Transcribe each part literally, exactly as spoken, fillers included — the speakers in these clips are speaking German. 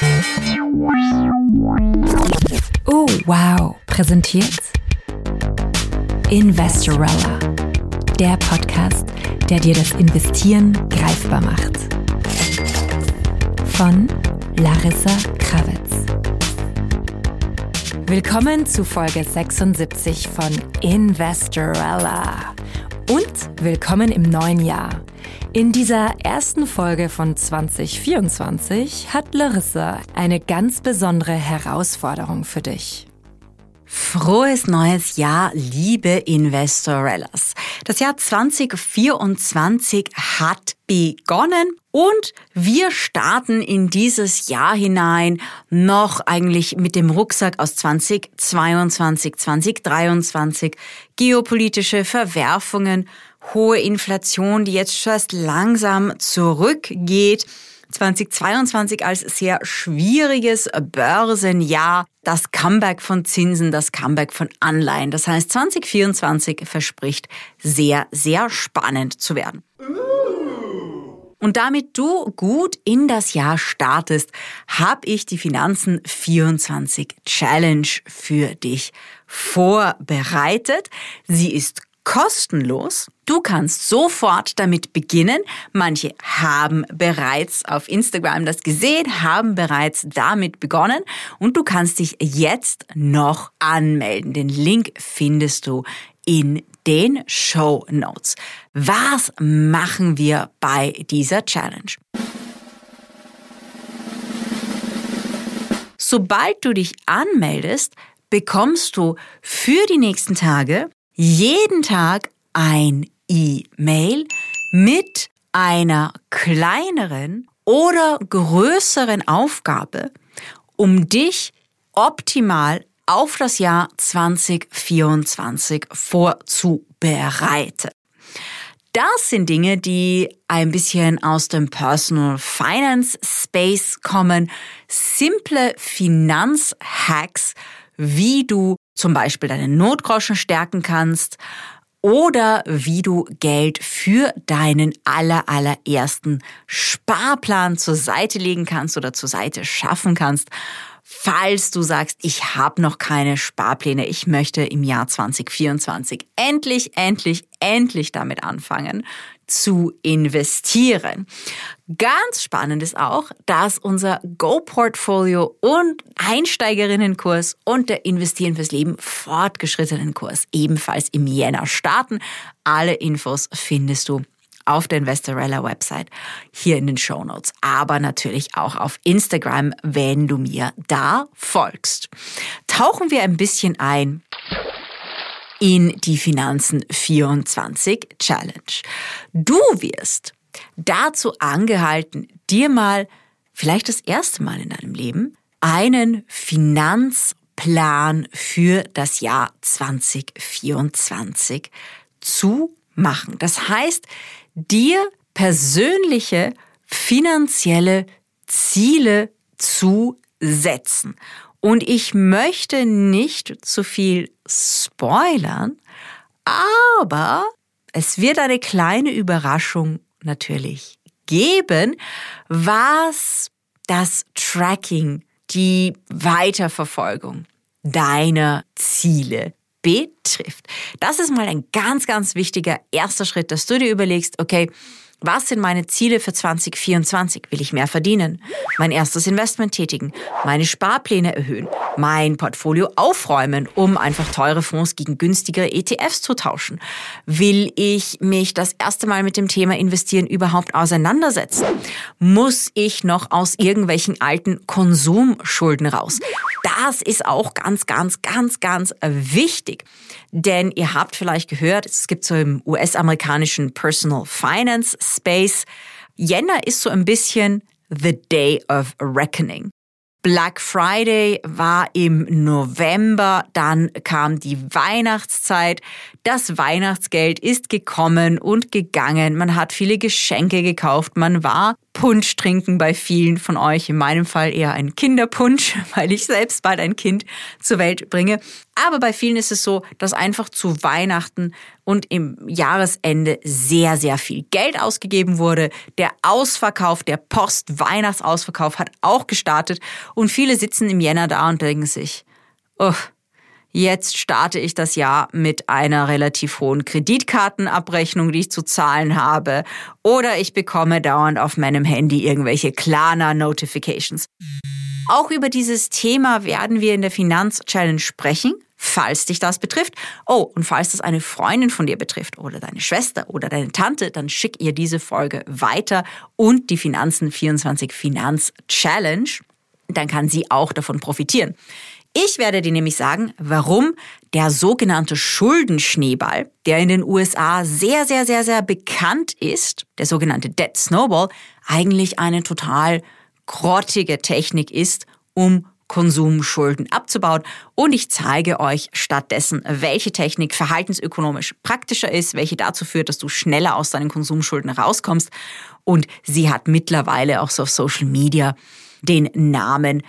Oh, wow, präsentiert Investorella, der Podcast, der dir das Investieren greifbar macht. Von Larissa Krawitz. Willkommen zu Folge sechsundsiebzig von Investorella und willkommen im neuen Jahr. In dieser ersten Folge von zwanzig vierundzwanzig hat Larissa eine ganz besondere Herausforderung für dich. Frohes neues Jahr, liebe Investorellas. Das Jahr zwanzig vierundzwanzig hat begonnen und wir starten in dieses Jahr hinein noch eigentlich mit dem Rucksack aus zwanzig zweiundzwanzig, zwanzig dreiundzwanzig, geopolitische Verwerfungen, hohe Inflation, die jetzt schon erst langsam zurückgeht. zwanzig zweiundzwanzig als sehr schwieriges Börsenjahr, das Comeback von Zinsen, das Comeback von Anleihen. Das heißt, zwanzig vierundzwanzig verspricht sehr, sehr spannend zu werden. Und damit du gut in das Jahr startest, habe ich die Finanzen vierundzwanzig Challenge für dich vorbereitet. Sie ist kostenlos. Du kannst sofort damit beginnen. Manche haben bereits auf Instagram das gesehen, haben bereits damit begonnen und du kannst dich jetzt noch anmelden. Den Link findest du in den Shownotes. Was machen wir bei dieser Challenge? Sobald du dich anmeldest, bekommst du für die nächsten Tage jeden Tag ein E-Mail mit einer kleineren oder größeren Aufgabe, um dich optimal auf das Jahr zwanzig vierundzwanzig vorzubereiten. Das sind Dinge, die ein bisschen aus dem Personal Finance Space kommen. Simple Finanzhacks, wie du zum Beispiel deine Notgroschen stärken kannst oder wie du Geld für deinen aller, allerersten Sparplan zur Seite legen kannst oder zur Seite schaffen kannst, falls du sagst, ich habe noch keine Sparpläne, ich möchte im Jahr zwanzig vierundzwanzig endlich, endlich, endlich damit anfangen zu investieren. Ganz spannend ist auch, dass unser Go-Portfolio und Einsteigerinnenkurs und der Investieren fürs Leben fortgeschrittenen Kurs ebenfalls im Jänner starten. Alle Infos findest du auf der Investorella-Website, hier in den Shownotes, aber natürlich auch auf Instagram, wenn du mir da folgst. Tauchen wir ein bisschen ein in die Finanzen vierundzwanzig Challenge. Du wirst dazu angehalten, dir mal, vielleicht das erste Mal in deinem Leben, einen Finanzplan für das Jahr zwanzig vierundzwanzig zu machen. Das heißt, dir persönliche finanzielle Ziele zu setzen. Und ich möchte nicht zu viel spoilern, aber es wird eine kleine Überraschung natürlich geben, was das Tracking, die Weiterverfolgung deiner Ziele betrifft. Das ist mal ein ganz, ganz wichtiger erster Schritt, dass du dir überlegst, okay, was sind meine Ziele für zwanzig vierundzwanzig? Will ich mehr verdienen? Mein erstes Investment tätigen? Meine Sparpläne erhöhen? Mein Portfolio aufräumen, um einfach teure Fonds gegen günstigere E T Fs zu tauschen? Will ich mich das erste Mal mit dem Thema Investieren überhaupt auseinandersetzen? Muss ich noch aus irgendwelchen alten Konsumschulden raus? Das ist auch ganz, ganz, ganz, ganz wichtig. Denn ihr habt vielleicht gehört, es gibt so im U S-amerikanischen Personal Finance Space, Jänner ist so ein bisschen the day of reckoning. Black Friday war im November, dann kam die Weihnachtszeit. Das Weihnachtsgeld ist gekommen und gegangen. Man hat viele Geschenke gekauft. Man war Punsch trinken bei vielen von euch. In meinem Fall eher ein Kinderpunsch, weil ich selbst bald ein Kind zur Welt bringe. Aber bei vielen ist es so, dass einfach zu Weihnachten und im Jahresende sehr, sehr viel Geld ausgegeben wurde. Der Ausverkauf, der Post-Weihnachtsausverkauf hat auch gestartet. Und viele sitzen im Jänner da und denken sich, oh, jetzt starte ich das Jahr mit einer relativ hohen Kreditkartenabrechnung, die ich zu zahlen habe. Oder ich bekomme dauernd auf meinem Handy irgendwelche Klarna-Notifications. Auch über dieses Thema werden wir in der Finanz-Challenge sprechen, falls dich das betrifft. Oh, und falls das eine Freundin von dir betrifft oder deine Schwester oder deine Tante, dann schick ihr diese Folge weiter und die Finanzen vierundzwanzig Finanz-Challenge. Dann kann sie auch davon profitieren. Ich werde dir nämlich sagen, warum der sogenannte Schuldenschneeball, der in den U S A sehr, sehr, sehr, sehr bekannt ist, der sogenannte Debt Snowball, eigentlich eine total grottige Technik ist, um Konsumschulden abzubauen. Und ich zeige euch stattdessen, welche Technik verhaltensökonomisch praktischer ist, welche dazu führt, dass du schneller aus deinen Konsumschulden rauskommst. Und sie hat mittlerweile auch so auf Social Media den Namen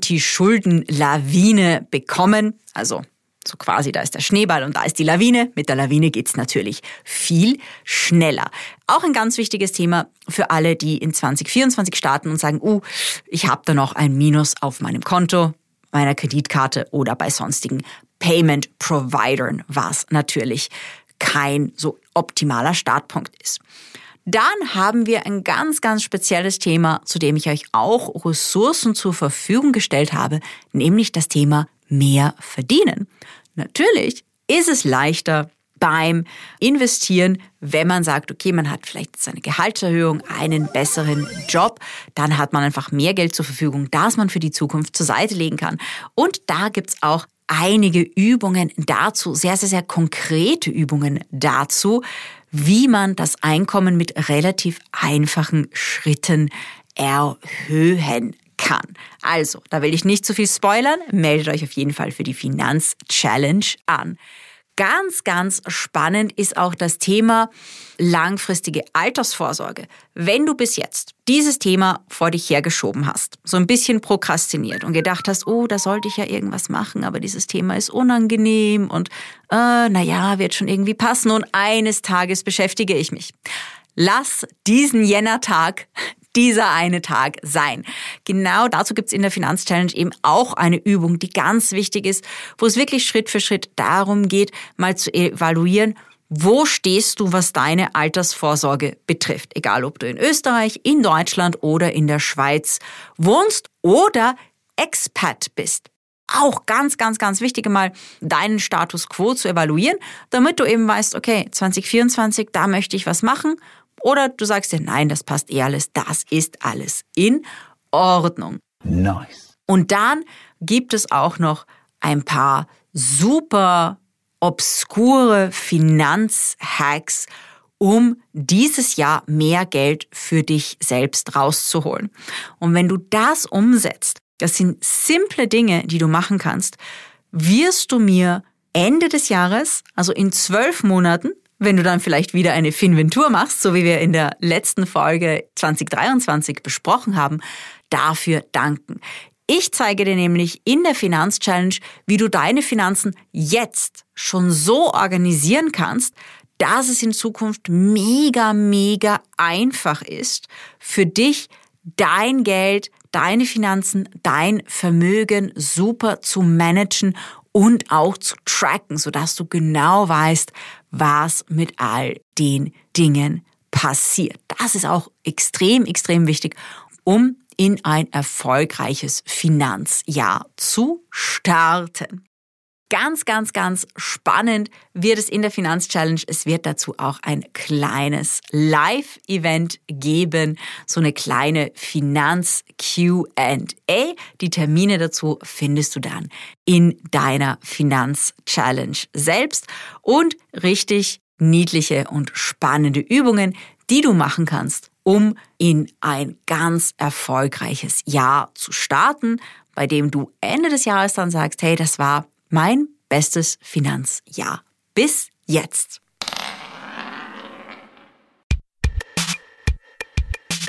Anti-Schulden-Lawine bekommen. Also so quasi, da ist der Schneeball und da ist die Lawine. Mit der Lawine geht's natürlich viel schneller. Auch ein ganz wichtiges Thema für alle, die in zwanzig vierundzwanzig starten und sagen, uh, ich habe da noch ein Minus auf meinem Konto, meiner Kreditkarte oder bei sonstigen Payment-Providern, was natürlich kein so optimaler Startpunkt ist. Dann haben wir ein ganz, ganz spezielles Thema, zu dem ich euch auch Ressourcen zur Verfügung gestellt habe, nämlich das Thema mehr verdienen. Natürlich ist es leichter beim Investieren, wenn man sagt, okay, man hat vielleicht seine Gehaltserhöhung, einen besseren Job, dann hat man einfach mehr Geld zur Verfügung, das man für die Zukunft zur Seite legen kann. Und da gibt's auch einige Übungen dazu, sehr, sehr, sehr konkrete Übungen dazu, wie man das Einkommen mit relativ einfachen Schritten erhöhen kann. Also, da will ich nicht zu viel spoilern, meldet euch auf jeden Fall für die Finanz-Challenge an. Ganz, ganz spannend ist auch das Thema langfristige Altersvorsorge. Wenn du bis jetzt dieses Thema vor dich hergeschoben hast, so ein bisschen prokrastiniert und gedacht hast, oh, da sollte ich ja irgendwas machen, aber dieses Thema ist unangenehm und äh, naja, wird schon irgendwie passen und eines Tages beschäftige ich mich. Lass diesen Jännertag dieser eine Tag sein. Genau dazu gibt's in der Finanz-Challenge eben auch eine Übung, die ganz wichtig ist, wo es wirklich Schritt für Schritt darum geht, mal zu evaluieren, wo stehst du, was deine Altersvorsorge betrifft. Egal, ob du in Österreich, in Deutschland oder in der Schweiz wohnst oder Expat bist. Auch ganz, ganz, ganz wichtig, mal deinen Status quo zu evaluieren, damit du eben weißt, okay, zwanzig vierundzwanzig, da möchte ich was machen. Oder du sagst dir, nein, das passt eh alles, das ist alles in Ordnung. Nice. Und dann gibt es auch noch ein paar super obskure Finanzhacks, um dieses Jahr mehr Geld für dich selbst rauszuholen. Und wenn du das umsetzt, das sind simple Dinge, die du machen kannst, wirst du mir Ende des Jahres, also in zwölf Monaten, wenn du dann vielleicht wieder eine Finventur machst, so wie wir in der letzten Folge zwanzig dreiundzwanzig besprochen haben, dafür danken. Ich zeige dir nämlich in der Finanz-Challenge, wie du deine Finanzen jetzt schon so organisieren kannst, dass es in Zukunft mega, mega einfach ist, für dich dein Geld, deine Finanzen, dein Vermögen super zu managen und auch zu tracken, sodass du genau weißt, was mit all den Dingen passiert. Das ist auch extrem, extrem wichtig, um in ein erfolgreiches Finanzjahr zu starten. Ganz, ganz, ganz spannend wird es in der Finanz-Challenge. Es wird dazu auch ein kleines Live-Event geben, so eine kleine Finanz-Q and A. Die Termine dazu findest du dann in deiner Finanz-Challenge selbst und richtig niedliche und spannende Übungen, die du machen kannst, um in ein ganz erfolgreiches Jahr zu starten, bei dem du Ende des Jahres dann sagst, hey, das war mein bestes Finanzjahr bis jetzt.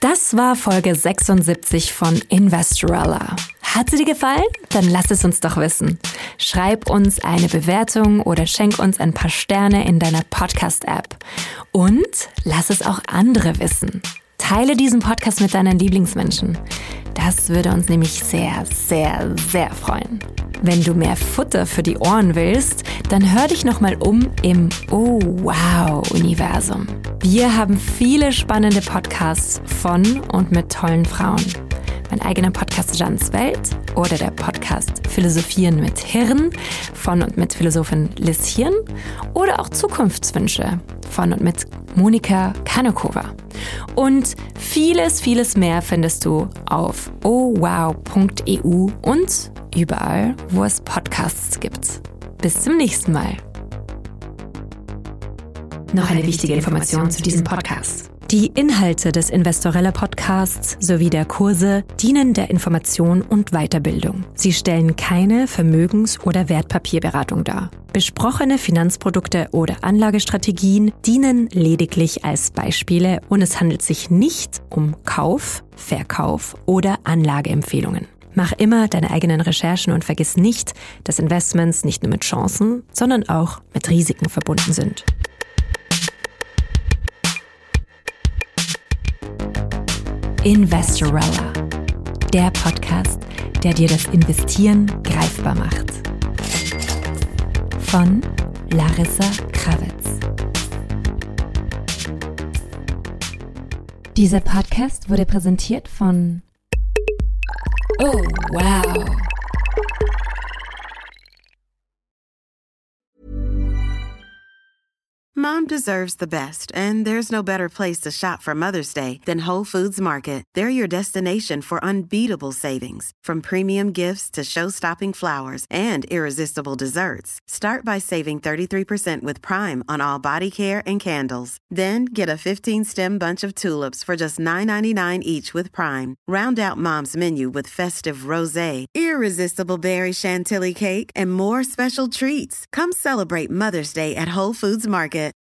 Das war Folge sechsundsiebzig von Investorella. Hat sie dir gefallen? Dann lass es uns doch wissen. Schreib uns eine Bewertung oder schenk uns ein paar Sterne in deiner Podcast-App. Und lass es auch andere wissen. Teile diesen Podcast mit deinen Lieblingsmenschen. Das würde uns nämlich sehr, sehr, sehr freuen. Wenn du mehr Futter für die Ohren willst, dann hör dich nochmal um im Oh Wow Universum. Wir haben viele spannende Podcasts von und mit tollen Frauen. Mein eigener Podcast Jeannes Welt oder der Podcast Philosophieren mit Hirn von und mit Philosophin Liz Hirn oder auch Zukunftswünsche von und mit Monika Kanokova. Und vieles, vieles mehr findest du auf oh wow punkt e u und überall, wo es Podcasts gibt. Bis zum nächsten Mal. Noch eine wichtige Information zu diesem Podcast. Die Inhalte des Investorella Podcasts sowie der Kurse dienen der Information und Weiterbildung. Sie stellen keine Vermögens- oder Wertpapierberatung dar. Besprochene Finanzprodukte oder Anlagestrategien dienen lediglich als Beispiele und es handelt sich nicht um Kauf, Verkauf oder Anlageempfehlungen. Mach immer deine eigenen Recherchen und vergiss nicht, dass Investments nicht nur mit Chancen, sondern auch mit Risiken verbunden sind. Investorella, der Podcast, der dir das Investieren greifbar macht. Von Larissa Krawitz. Dieser Podcast wurde präsentiert von Oh Wow. Mom deserves the best, and there's no better place to shop for Mother's Day than Whole Foods Market. They're your destination for unbeatable savings, from premium gifts to show-stopping flowers and irresistible desserts. Start by saving thirty-three percent with Prime on all body care and candles. Then get a fifteen-stem bunch of tulips for just nine ninety-nine each with Prime. Round out Mom's menu with festive rosé, irresistible berry chantilly cake, and more special treats. Come celebrate Mother's Day at Whole Foods Market.